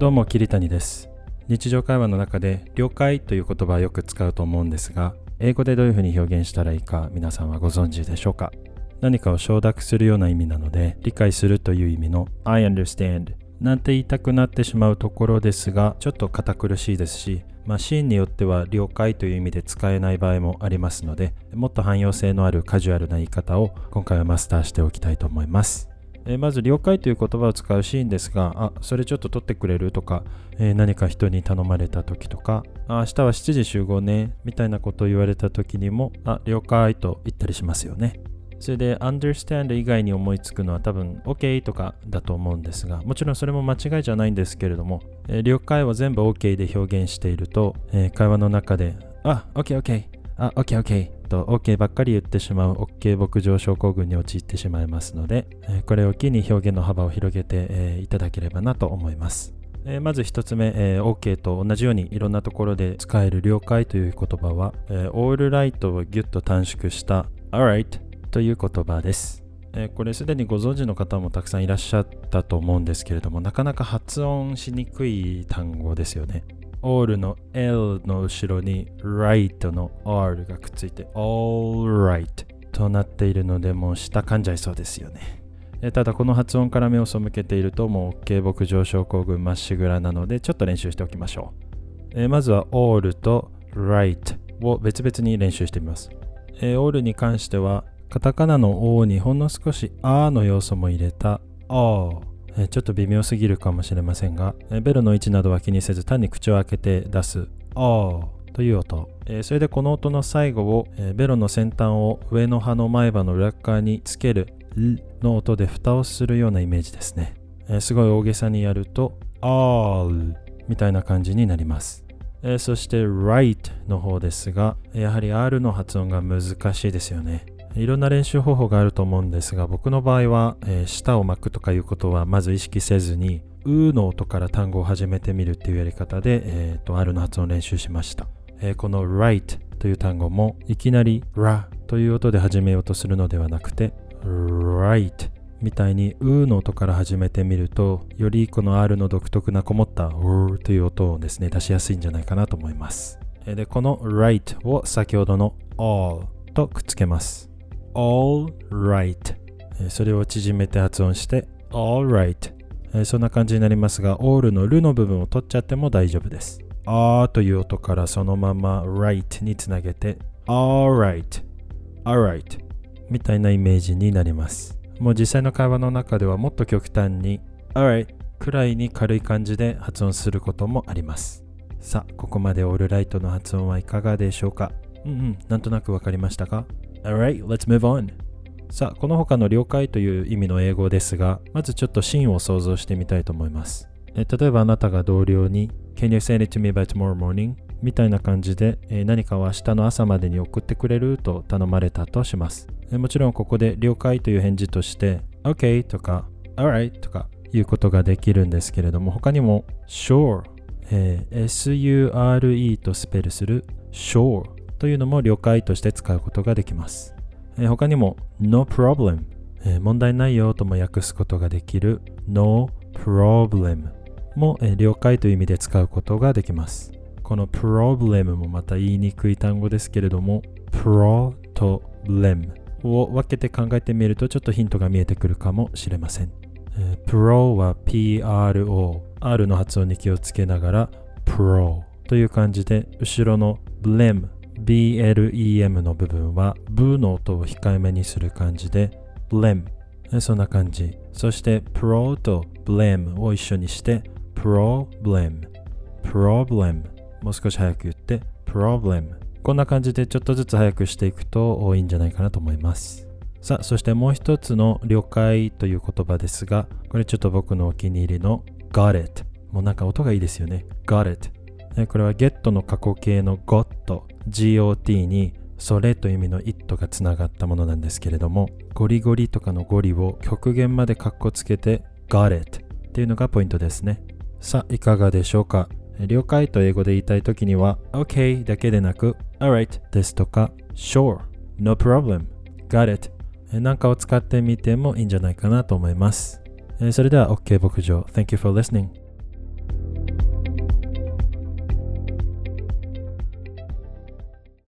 どうも桐谷です。日常会話の中で了解という言葉をよく使うと思うんですが、英語でどういうふうに表現したらいいか皆さんはご存知でしょうか？何かを承諾するような意味なので、理解するという意味の I understand なんて言いたくなってしまうところですが、ちょっと堅苦しいですし、シーンによっては了解という意味で使えない場合もありますので、もっと汎用性のあるカジュアルな言い方を今回はマスターしておきたいと思います。まず了解という言葉を使うシーンですが、それちょっと取ってくれるとか、何か人に頼まれた時とか、明日は7時集合ねみたいなことを言われた時にも、了解と言ったりしますよね。それで understand 以外に思いつくのは多分 OK とかだと思うんですが、もちろんそれも間違いじゃないんですけれども、了解を全部 OK で表現していると、会話の中でOK と OK ばっかり言ってしまう OK 牧場症候群に陥ってしまいますので、これを機に表現の幅を広げて、いただければなと思います。まず一つ目、OK と同じようにいろんなところで使える了解という言葉は、all right をギュッと短縮した alright という言葉です。これすでにご存知の方もたくさんいらっしゃったと思うんですけれども、なかなか発音しにくい単語ですよね。all の L の後ろに right の R がくっついて all right となっているので、もう舌噛んじゃいそうですよね。ただこの発音から目を背けているともう OK 牧場症候群まっしぐらなので、ちょっと練習しておきましょう。まずは all と right を別々に練習してみます。all に関してはカタカナの O にほんの少し A の要素も入れた O、ちょっと微妙すぎるかもしれませんが、ベロの位置などは気にせず単に口を開けて出す O という音、それでこの音の最後を、ベロの先端を上の歯の前歯の裏側につける L の音で蓋をするようなイメージですね。すごい大げさにやると all みたいな感じになります。そして right の方ですが、やはり R の発音が難しいですよね。いろんな練習方法があると思うんですが、僕の場合は、舌を巻くとかいうことはまず意識せずに、うの音から単語を始めてみるっていうやり方で、R の発音を練習しました。この right という単語もいきなり ra という音で始めようとするのではなくて、right みたいにうの音から始めてみると、よりこの R の独特なこもったという音をですね、出しやすいんじゃないかなと思います。で、この right を先ほどの all とくっつけます。all right、それを縮めて発音して all right、そんな感じになりますが、all のルの部分を取っちゃっても大丈夫です。という音からそのまま right につなげて alright みたいなイメージになります。もう実際の会話の中ではもっと極端に alright くらいに軽い感じで発音することもあります。さあ、ここまで all right の発音はいかがでしょうか？なんとなくわかりましたか？Alright, let's move on. さあ、この他の了解という意味の英語ですが、まずちょっとシーンを想像してみたいと思います。例えばあなたが同僚に Can you send it to me by tomorrow morning? みたいな感じで、何かを明日の朝までに送ってくれると頼まれたとします。もちろんここで了解という返事として OK とか Alright とかいうことができるんですけれども、他にも Sure、SURE とスペルする Sureというのも了解として使うことができます。他にも No problem、問題ないよとも訳すことができる No problem も、了解という意味で使うことができます。この problem もまた言いにくい単語ですけれども、pro と blem を分けて考えてみるとちょっとヒントが見えてくるかもしれません。pro は pro、 R の発音に気をつけながら pro という感じで、後ろの blem、blem の部分は b の音を控えめにする感じで blem、 そんな感じ。そして pro と blem を一緒にして problem、 もう少し早く言って problem、 こんな感じでちょっとずつ早くしていくといいんじゃないかなと思います。さあ、そしてもう一つの了解という言葉ですが、これちょっと僕のお気に入りの got it、 もうなんか音がいいですよね。 got it、これは get の過去形の got、got にそれという意味の it がつながったものなんですけれども、ゴリゴリとかのゴリを極限までカッコつけて got it っていうのがポイントですね。さあ、いかがでしょうか？了解と英語で言いたいときには OK だけでなく Alright ですとか Sure、 No problem、 Got it なんかを使ってみてもいいんじゃないかなと思います。それでは OK 牧場 Thank you for listening。